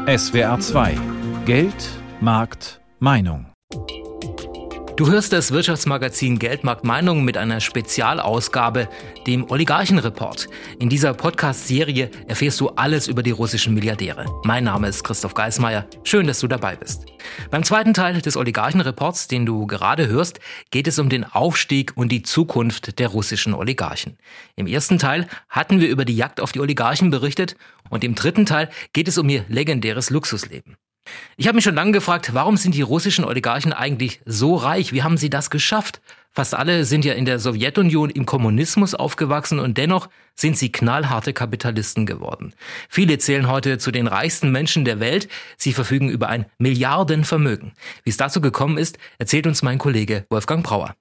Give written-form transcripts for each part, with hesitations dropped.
SWR 2 Geld, Markt, Meinung. Du hörst das Wirtschaftsmagazin Geld, Markt, Meinung mit einer Spezialausgabe, dem Oligarchenreport. In dieser Podcast-Serie erfährst du alles über die russischen Milliardäre. Mein Name ist Christoph Geismeier. Schön, dass du dabei bist. Beim zweiten Teil des Oligarchenreports, den du gerade hörst, geht es um den Aufstieg und die Zukunft der russischen Oligarchen. Im ersten Teil hatten wir über die Jagd auf die Oligarchen berichtet und im dritten Teil geht es um ihr legendäres Luxusleben. Ich habe mich schon lange gefragt, warum sind die russischen Oligarchen eigentlich so reich? Wie haben sie das geschafft? Fast alle sind ja in der Sowjetunion im Kommunismus aufgewachsen und dennoch sind sie knallharte Kapitalisten geworden. Viele zählen heute zu den reichsten Menschen der Welt. Sie verfügen über ein Milliardenvermögen. Wie es dazu gekommen ist, erzählt uns mein Kollege Wolfgang Brauer.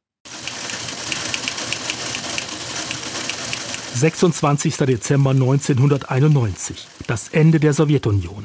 26. Dezember 1991, das Ende der Sowjetunion.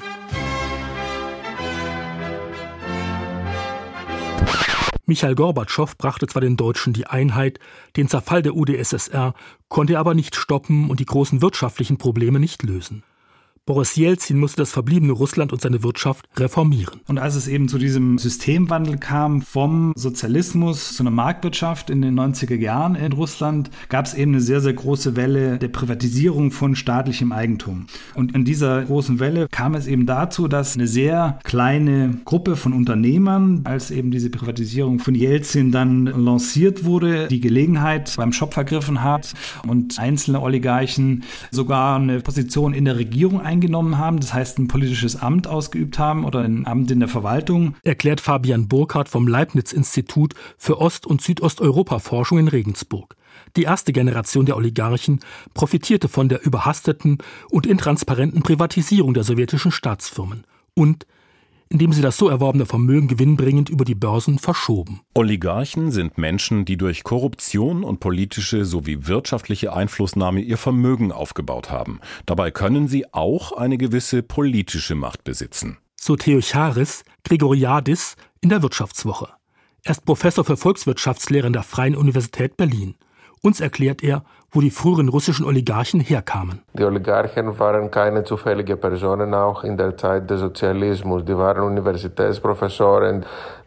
Michail Gorbatschow brachte zwar den Deutschen die Einheit, den Zerfall der UdSSR, konnte er aber nicht stoppen und die großen wirtschaftlichen Probleme nicht lösen. Boris Jelzin musste das verbliebene Russland und seine Wirtschaft reformieren. Und als es eben zu diesem Systemwandel kam, vom Sozialismus zu einer Marktwirtschaft in den 90er Jahren in Russland, gab es eben eine sehr, sehr große Welle der Privatisierung von staatlichem Eigentum. Und in dieser großen Welle kam es eben dazu, dass eine sehr kleine Gruppe von Unternehmern, als eben diese Privatisierung von Jelzin dann lanciert wurde, die Gelegenheit beim Schopf ergriffen hat und einzelne Oligarchen sogar eine Position in der Regierung eingenommen haben, das heißt ein politisches Amt ausgeübt haben oder ein Amt in der Verwaltung. Erklärt Fabian Burkhardt vom Leibniz-Institut für Ost- und Südosteuropa-Forschung in Regensburg. Die erste Generation der Oligarchen profitierte von der überhasteten und intransparenten Privatisierung der sowjetischen Staatsfirmen und indem sie das so erworbene Vermögen gewinnbringend über die Börsen verschoben. Oligarchen sind Menschen, die durch Korruption und politische sowie wirtschaftliche Einflussnahme ihr Vermögen aufgebaut haben. Dabei können sie auch eine gewisse politische Macht besitzen. So Theocharis Grigoriadis in der Wirtschaftswoche. Er ist Professor für Volkswirtschaftslehre an der Freien Universität Berlin. Uns erklärt er, wo die früheren russischen Oligarchen herkamen. Die Oligarchen waren keine zufälligen Personen, auch in der Zeit des Sozialismus. Die waren Universitätsprofessoren,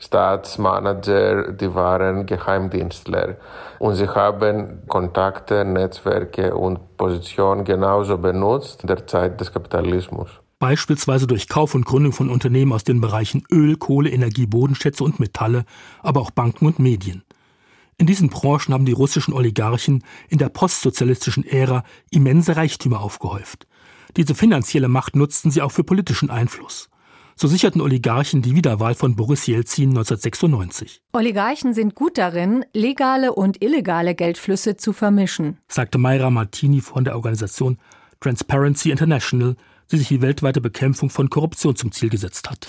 Staatsmanager, die waren Geheimdienstler. Und sie haben Kontakte, Netzwerke und Positionen genauso benutzt in der Zeit des Kapitalismus. Beispielsweise durch Kauf und Gründung von Unternehmen aus den Bereichen Öl, Kohle, Energie, Bodenschätze und Metalle, aber auch Banken und Medien. In diesen Branchen haben die russischen Oligarchen in der postsozialistischen Ära immense Reichtümer aufgehäuft. Diese finanzielle Macht nutzten sie auch für politischen Einfluss. So sicherten Oligarchen die Wiederwahl von Boris Jelzin 1996. Oligarchen sind gut darin, legale und illegale Geldflüsse zu vermischen, sagte Mayra Martini von der Organisation Transparency International, die sich die weltweite Bekämpfung von Korruption zum Ziel gesetzt hat.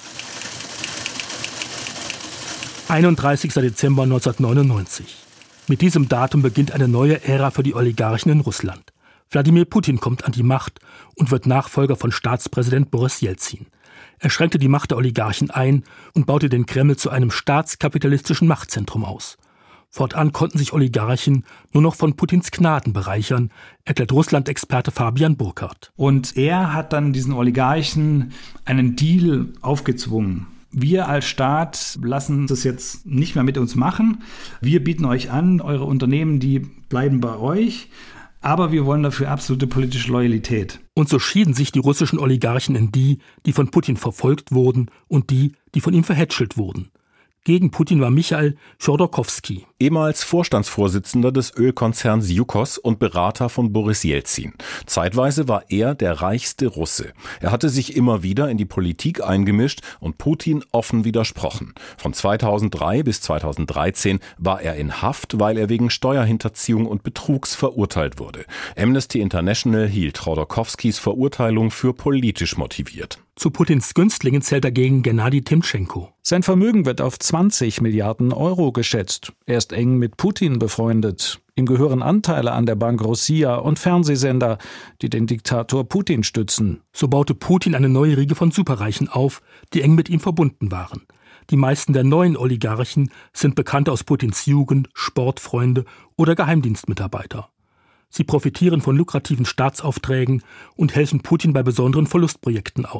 31. Dezember 1999. Mit diesem Datum beginnt eine neue Ära für die Oligarchen in Russland. Wladimir Putin kommt an die Macht und wird Nachfolger von Staatspräsident Boris Jelzin. Er schränkte die Macht der Oligarchen ein und baute den Kreml zu einem staatskapitalistischen Machtzentrum aus. Fortan konnten sich Oligarchen nur noch von Putins Gnaden bereichern, erklärt Russland-Experte Fabian Burkhardt. Und er hat dann diesen Oligarchen einen Deal aufgezwungen. Wir als Staat lassen das jetzt nicht mehr mit uns machen. Wir bieten euch an, eure Unternehmen, die bleiben bei euch, aber wir wollen dafür absolute politische Loyalität. Und so schieden sich die russischen Oligarchen in die, die von Putin verfolgt wurden und die, die von ihm verhätschelt wurden. Gegen Putin war Michail Chodorkowski. Ehemals Vorstandsvorsitzender des Ölkonzerns Yukos und Berater von Boris Jelzin. Zeitweise war er der reichste Russe. Er hatte sich immer wieder in die Politik eingemischt und Putin offen widersprochen. Von 2003 bis 2013 war er in Haft, weil er wegen Steuerhinterziehung und Betrugs verurteilt wurde. Amnesty International hielt Chodorkowskis Verurteilung für politisch motiviert. Zu Putins Günstlingen zählt dagegen Gennadi Timtschenko. Sein Vermögen wird auf 20 Milliarden Euro geschätzt. Er ist eng mit Putin befreundet. Ihm gehören Anteile an der Bank Rossiya und Fernsehsender, die den Diktator Putin stützen. So baute Putin eine neue Riege von Superreichen auf, die eng mit ihm verbunden waren. Die meisten der neuen Oligarchen sind Bekannte aus Putins Jugend, Sportfreunde oder Geheimdienstmitarbeiter. Sie profitieren von lukrativen Staatsaufträgen und helfen Putin bei besonderen Verlustprojekten aus.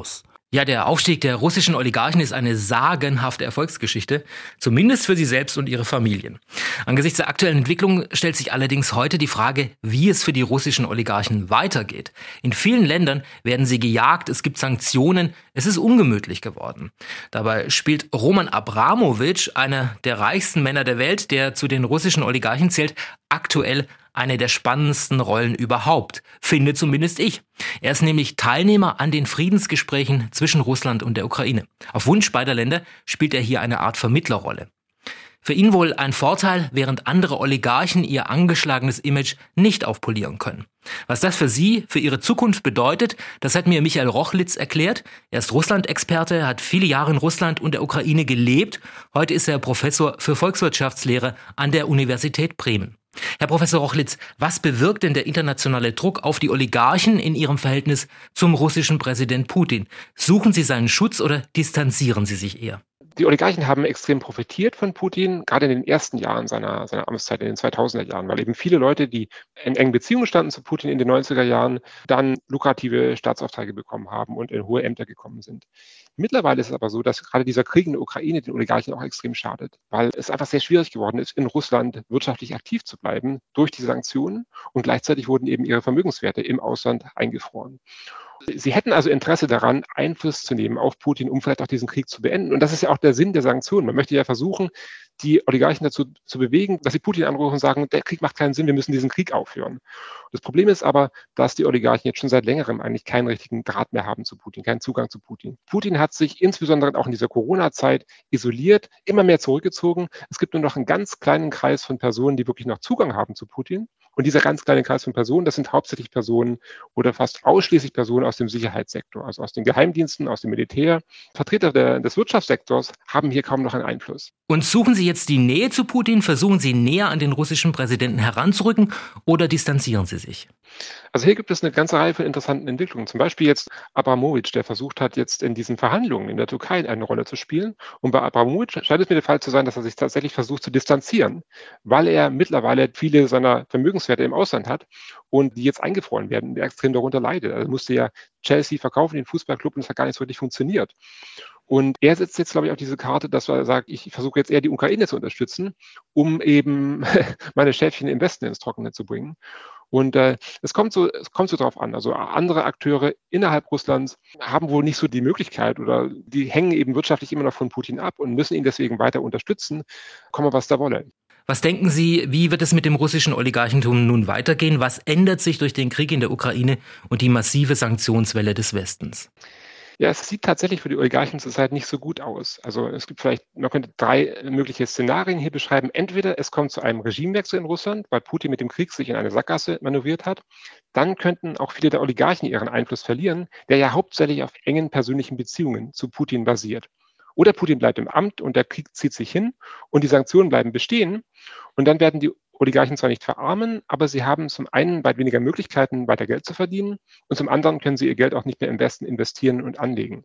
Ja, der Aufstieg der russischen Oligarchen ist eine sagenhafte Erfolgsgeschichte, zumindest für sie selbst und ihre Familien. Angesichts der aktuellen Entwicklung stellt sich allerdings heute die Frage, wie es für die russischen Oligarchen weitergeht. In vielen Ländern werden sie gejagt, es gibt Sanktionen, es ist ungemütlich geworden. Dabei spielt Roman Abramowitsch, einer der reichsten Männer der Welt, der zu den russischen Oligarchen zählt, aktuell eine der spannendsten Rollen überhaupt, finde zumindest ich. Er ist nämlich Teilnehmer an den Friedensgesprächen zwischen Russland und der Ukraine. Auf Wunsch beider Länder spielt er hier eine Art Vermittlerrolle. Für ihn wohl ein Vorteil, während andere Oligarchen ihr angeschlagenes Image nicht aufpolieren können. Was das für sie, für ihre Zukunft bedeutet, das hat mir Michael Rochlitz erklärt. Er ist Russland-Experte, hat viele Jahre in Russland und der Ukraine gelebt. Heute ist er Professor für Volkswirtschaftslehre an der Universität Bremen. Herr Professor Rochlitz, was bewirkt denn der internationale Druck auf die Oligarchen in ihrem Verhältnis zum russischen Präsident Putin? Suchen sie seinen Schutz oder distanzieren sie sich eher? Die Oligarchen haben extrem profitiert von Putin, gerade in den ersten Jahren seiner Amtszeit, in den 2000er Jahren, weil eben viele Leute, die in engen Beziehungen standen zu Putin in den 90er Jahren, dann lukrative Staatsaufträge bekommen haben und in hohe Ämter gekommen sind. Mittlerweile ist es aber so, dass gerade dieser Krieg in der Ukraine den Oligarchen auch extrem schadet, weil es einfach sehr schwierig geworden ist, in Russland wirtschaftlich aktiv zu bleiben durch die Sanktionen und gleichzeitig wurden eben ihre Vermögenswerte im Ausland eingefroren. Sie hätten also Interesse daran, Einfluss zu nehmen auf Putin, um vielleicht auch diesen Krieg zu beenden. Und das ist ja auch der Sinn der Sanktionen. Man möchte ja versuchen, die Oligarchen dazu zu bewegen, dass sie Putin anrufen und sagen, der Krieg macht keinen Sinn, wir müssen diesen Krieg aufhören. Das Problem ist aber, dass die Oligarchen jetzt schon seit längerem eigentlich keinen richtigen Draht mehr haben zu Putin, keinen Zugang zu Putin. Putin hat sich insbesondere auch in dieser Corona-Zeit isoliert, immer mehr zurückgezogen. Es gibt nur noch einen ganz kleinen Kreis von Personen, die wirklich noch Zugang haben zu Putin. Und dieser ganz kleine Kreis von Personen, das sind hauptsächlich Personen oder fast ausschließlich Personen aus dem Sicherheitssektor, also aus den Geheimdiensten, aus dem Militär. Vertreter des Wirtschaftssektors haben hier kaum noch einen Einfluss. Und suchen Sie jetzt die Nähe zu Putin? Versuchen Sie näher an den russischen Präsidenten heranzurücken oder distanzieren Sie sich? Also hier gibt es eine ganze Reihe von interessanten Entwicklungen. Zum Beispiel jetzt Abramowitsch, der versucht hat, jetzt in diesen Verhandlungen in der Türkei eine Rolle zu spielen. Und bei Abramowitsch scheint es mir der Fall zu sein, dass er sich tatsächlich versucht zu distanzieren, weil er mittlerweile viele seiner Vermögenswerte im Ausland hat und die jetzt eingefroren werden und er extrem darunter leidet. Also musste ja Chelsea verkaufen, den Fußballclub, und das hat gar nicht so richtig funktioniert. Und er setzt jetzt, glaube ich, auf diese Karte, dass er sagt, ich versuche jetzt eher die Ukraine zu unterstützen, um eben meine Schäfchen im Westen ins Trockene zu bringen. Und es kommt so drauf an. Also andere Akteure innerhalb Russlands haben wohl nicht so die Möglichkeit oder die hängen eben wirtschaftlich immer noch von Putin ab und müssen ihn deswegen weiter unterstützen, komme was da wolle. Was denken Sie, wie wird es mit dem russischen Oligarchentum nun weitergehen? Was ändert sich durch den Krieg in der Ukraine und die massive Sanktionswelle des Westens? Ja, es sieht tatsächlich für die Oligarchen zurzeit nicht so gut aus. Also es gibt man könnte 3 mögliche Szenarien hier beschreiben. Entweder es kommt zu einem Regimewechsel in Russland, weil Putin mit dem Krieg sich in eine Sackgasse manövriert hat. Dann könnten auch viele der Oligarchen ihren Einfluss verlieren, der ja hauptsächlich auf engen persönlichen Beziehungen zu Putin basiert. Oder Putin bleibt im Amt und der Krieg zieht sich hin und die Sanktionen bleiben bestehen. Und dann werden die Oligarchen zwar nicht verarmen, aber sie haben zum einen weit weniger Möglichkeiten, weiter Geld zu verdienen und zum anderen können sie ihr Geld auch nicht mehr im Westen investieren und anlegen.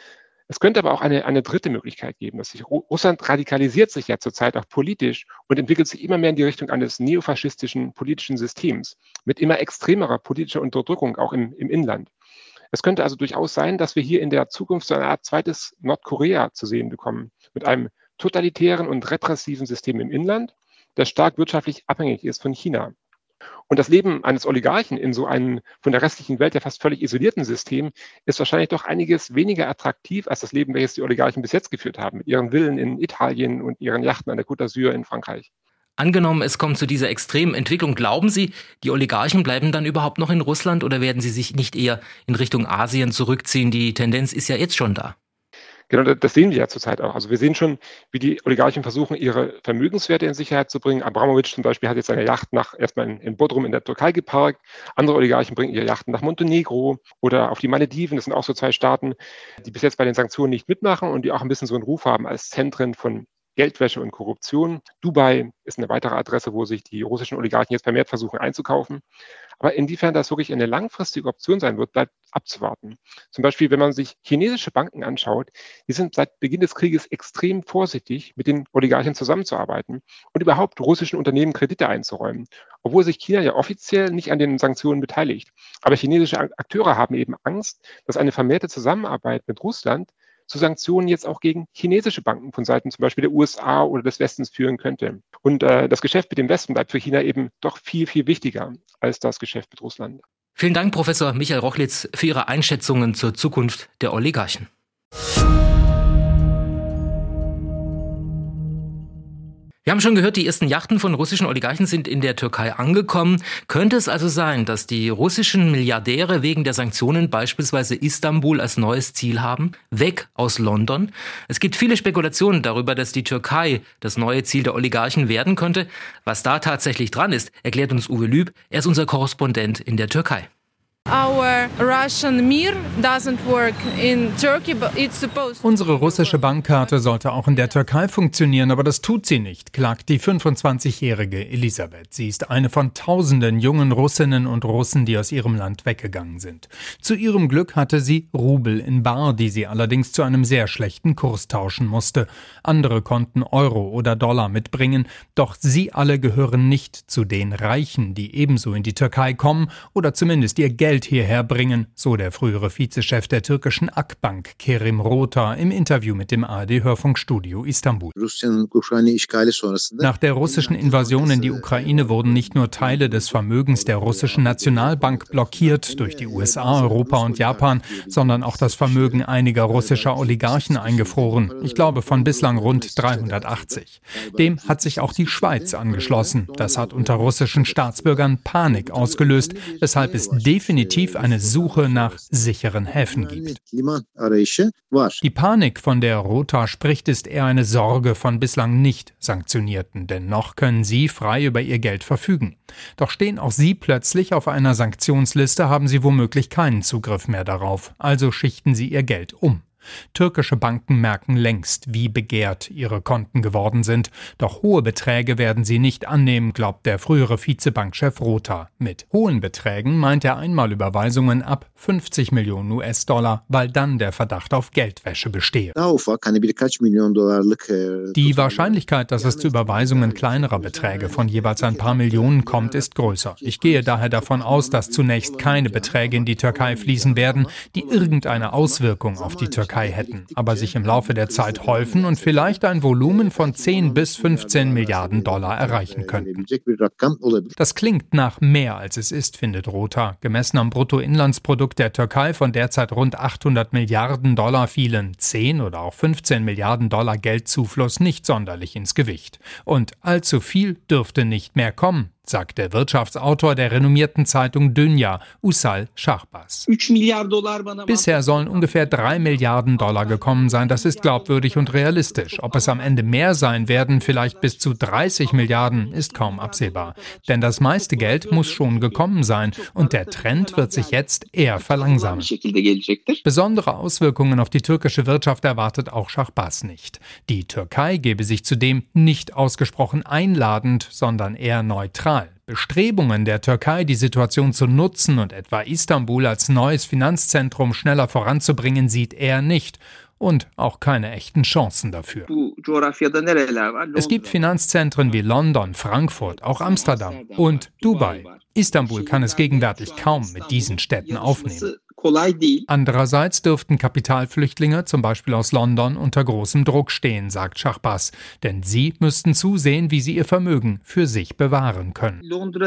Es könnte aber auch eine dritte Möglichkeit geben, dass Russland radikalisiert sich ja zurzeit auch politisch und entwickelt sich immer mehr in die Richtung eines neofaschistischen politischen Systems mit immer extremerer politischer Unterdrückung auch im Inland. Es könnte also durchaus sein, dass wir hier in der Zukunft so eine Art zweites Nordkorea zu sehen bekommen, mit einem totalitären und repressiven System im Inland, das stark wirtschaftlich abhängig ist von China. Und das Leben eines Oligarchen in so einem von der restlichen Welt ja fast völlig isolierten System ist wahrscheinlich doch einiges weniger attraktiv als das Leben, welches die Oligarchen bis jetzt geführt haben, mit ihren Villen in Italien und ihren Yachten an der Côte d'Azur in Frankreich. Angenommen, es kommt zu dieser extremen Entwicklung, glauben Sie, die Oligarchen bleiben dann überhaupt noch in Russland oder werden sie sich nicht eher in Richtung Asien zurückziehen? Die Tendenz ist ja jetzt schon da. Genau, das sehen wir ja zurzeit auch. Also wir sehen schon, wie die Oligarchen versuchen, ihre Vermögenswerte in Sicherheit zu bringen. Abramowitsch zum Beispiel hat jetzt seine Yacht erstmal in Bodrum in der Türkei geparkt. Andere Oligarchen bringen ihre Yachten nach Montenegro oder auf die Malediven. Das sind auch so 2 Staaten, die bis jetzt bei den Sanktionen nicht mitmachen und die auch ein bisschen so einen Ruf haben als Zentren von Geldwäsche und Korruption. Dubai ist eine weitere Adresse, wo sich die russischen Oligarchen jetzt vermehrt versuchen einzukaufen. Aber inwiefern das wirklich eine langfristige Option sein wird, bleibt abzuwarten. Zum Beispiel, wenn man sich chinesische Banken anschaut, die sind seit Beginn des Krieges extrem vorsichtig, mit den Oligarchen zusammenzuarbeiten und überhaupt russischen Unternehmen Kredite einzuräumen, obwohl sich China ja offiziell nicht an den Sanktionen beteiligt. Aber chinesische Akteure haben eben Angst, dass eine vermehrte Zusammenarbeit mit Russland zu Sanktionen jetzt auch gegen chinesische Banken von Seiten zum Beispiel der USA oder des Westens führen könnte. Und das Geschäft mit dem Westen bleibt für China eben doch viel, viel wichtiger als das Geschäft mit Russland. Vielen Dank, Professor Michael Rochlitz, für Ihre Einschätzungen zur Zukunft der Oligarchen. Wir haben schon gehört, die ersten Yachten von russischen Oligarchen sind in der Türkei angekommen. Könnte es also sein, dass die russischen Milliardäre wegen der Sanktionen beispielsweise Istanbul als neues Ziel haben? Weg aus London? Es gibt viele Spekulationen darüber, dass die Türkei das neue Ziel der Oligarchen werden könnte. Was da tatsächlich dran ist, erklärt uns Uwe Lüb. Er ist unser Korrespondent in der Türkei. Unsere russische Bankkarte sollte auch in der Türkei funktionieren, aber das tut sie nicht, klagt die 25-jährige Elisabeth. Sie ist eine von tausenden jungen Russinnen und Russen, die aus ihrem Land weggegangen sind. Zu ihrem Glück hatte sie Rubel in bar, die sie allerdings zu einem sehr schlechten Kurs tauschen musste. Andere konnten Euro oder Dollar mitbringen, doch sie alle gehören nicht zu den Reichen, die ebenso in die Türkei kommen oder zumindest ihr Geld hierher bringen, so der frühere Vizechef der türkischen Akbank, Kerim Rota, im Interview mit dem ARD-Hörfunkstudio Istanbul. Nach der russischen Invasion in die Ukraine wurden nicht nur Teile des Vermögens der russischen Nationalbank blockiert durch die USA, Europa und Japan, sondern auch das Vermögen einiger russischer Oligarchen eingefroren. Ich glaube von bislang rund 380. Dem hat sich auch die Schweiz angeschlossen. Das hat unter russischen Staatsbürgern Panik ausgelöst, weshalb es definitiv eine Suche nach sicheren Häfen gibt. Die Panik, von der Rota spricht, ist eher eine Sorge von bislang nicht Sanktionierten, denn noch können sie frei über ihr Geld verfügen. Doch stehen auch sie plötzlich auf einer Sanktionsliste, haben sie womöglich keinen Zugriff mehr darauf, also schichten sie ihr Geld um. Türkische Banken merken längst, wie begehrt ihre Konten geworden sind. Doch hohe Beträge werden sie nicht annehmen, glaubt der frühere Vizebankchef Rota. Mit hohen Beträgen meint er Einmalüberweisungen ab 50 Millionen US-Dollar, weil dann der Verdacht auf Geldwäsche bestehe. Die Wahrscheinlichkeit, dass es zu Überweisungen kleinerer Beträge von jeweils ein paar Millionen kommt, ist größer. Ich gehe daher davon aus, dass zunächst keine Beträge in die Türkei fließen werden, die irgendeine Auswirkung auf die Türkei hätten, aber sich im Laufe der Zeit häufen und vielleicht ein Volumen von 10 bis 15 Milliarden Dollar erreichen könnten. Das klingt nach mehr, als es ist, findet Rota. Gemessen am Bruttoinlandsprodukt der Türkei von derzeit rund 800 Milliarden Dollar fielen 10 oder auch 15 Milliarden Dollar Geldzufluss nicht sonderlich ins Gewicht. Und allzu viel dürfte nicht mehr kommen, sagt der Wirtschaftsautor der renommierten Zeitung Dünya, Usal Shahbaz. Bisher sollen ungefähr 3 Milliarden Dollar gekommen sein. Das ist glaubwürdig und realistisch. Ob es am Ende mehr sein werden, vielleicht bis zu 30 Milliarden, ist kaum absehbar. Denn das meiste Geld muss schon gekommen sein und der Trend wird sich jetzt eher verlangsamen. Besondere Auswirkungen auf die türkische Wirtschaft erwartet auch Shahbaz nicht. Die Türkei gebe sich zudem nicht ausgesprochen einladend, sondern eher neutral. Bestrebungen der Türkei, die Situation zu nutzen und etwa Istanbul als neues Finanzzentrum schneller voranzubringen, sieht er nicht. Und auch keine echten Chancen dafür. Es gibt Finanzzentren wie London, Frankfurt, auch Amsterdam und Dubai. Istanbul kann es gegenwärtig kaum mit diesen Städten aufnehmen. Andererseits dürften Kapitalflüchtlinge, zum Beispiel aus London, unter großem Druck stehen, sagt Shahbaz. Denn sie müssten zusehen, wie sie ihr Vermögen für sich bewahren können.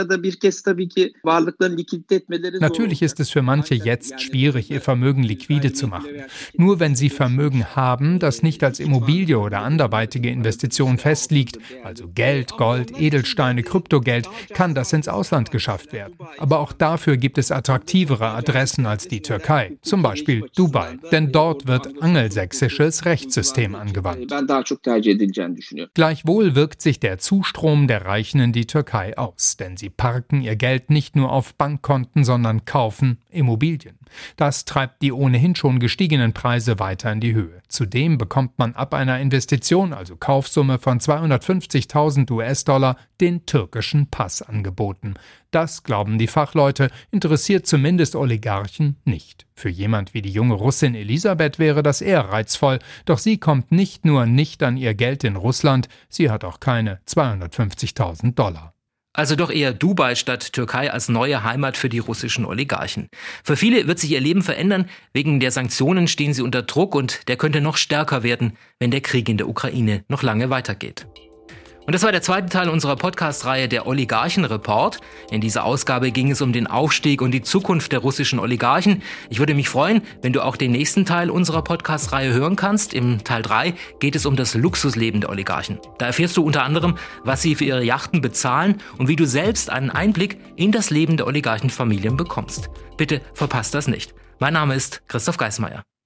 Natürlich ist es für manche jetzt schwierig, ihr Vermögen liquide zu machen. Nur wenn sie Vermögen haben, das nicht als Immobilie oder anderweitige Investition festliegt, also Geld, Gold, Edelsteine, Kryptogeld, kann das ins Ausland geschafft werden. Aber auch dafür gibt es attraktivere Adressen als die die Türkei, zum Beispiel Dubai, denn dort wird angelsächsisches Rechtssystem angewandt. Gleichwohl wirkt sich der Zustrom der Reichen in die Türkei aus, denn sie parken ihr Geld nicht nur auf Bankkonten, sondern kaufen Immobilien. Das treibt die ohnehin schon gestiegenen Preise weiter in die Höhe. Zudem bekommt man ab einer Investition, also Kaufsumme von 250.000 US-Dollar, den türkischen Pass angeboten. Das, glauben die Fachleute, interessiert zumindest Oligarchen nicht. Für jemand wie die junge Russin Elisabeth wäre das eher reizvoll, doch sie kommt nicht nur nicht an ihr Geld in Russland, sie hat auch keine 250.000 Dollar. Also doch eher Dubai statt Türkei als neue Heimat für die russischen Oligarchen. Für viele wird sich ihr Leben verändern. Wegen der Sanktionen stehen sie unter Druck und der könnte noch stärker werden, wenn der Krieg in der Ukraine noch lange weitergeht. Und das war der zweite Teil unserer Podcast-Reihe der Oligarchen-Report. In dieser Ausgabe ging es um den Aufstieg und die Zukunft der russischen Oligarchen. Ich würde mich freuen, wenn du auch den nächsten Teil unserer Podcast-Reihe hören kannst. Im Teil 3 geht es um das Luxusleben der Oligarchen. Da erfährst du unter anderem, was sie für ihre Yachten bezahlen und wie du selbst einen Einblick in das Leben der Oligarchenfamilien bekommst. Bitte verpasst das nicht. Mein Name ist Christoph Geismeier.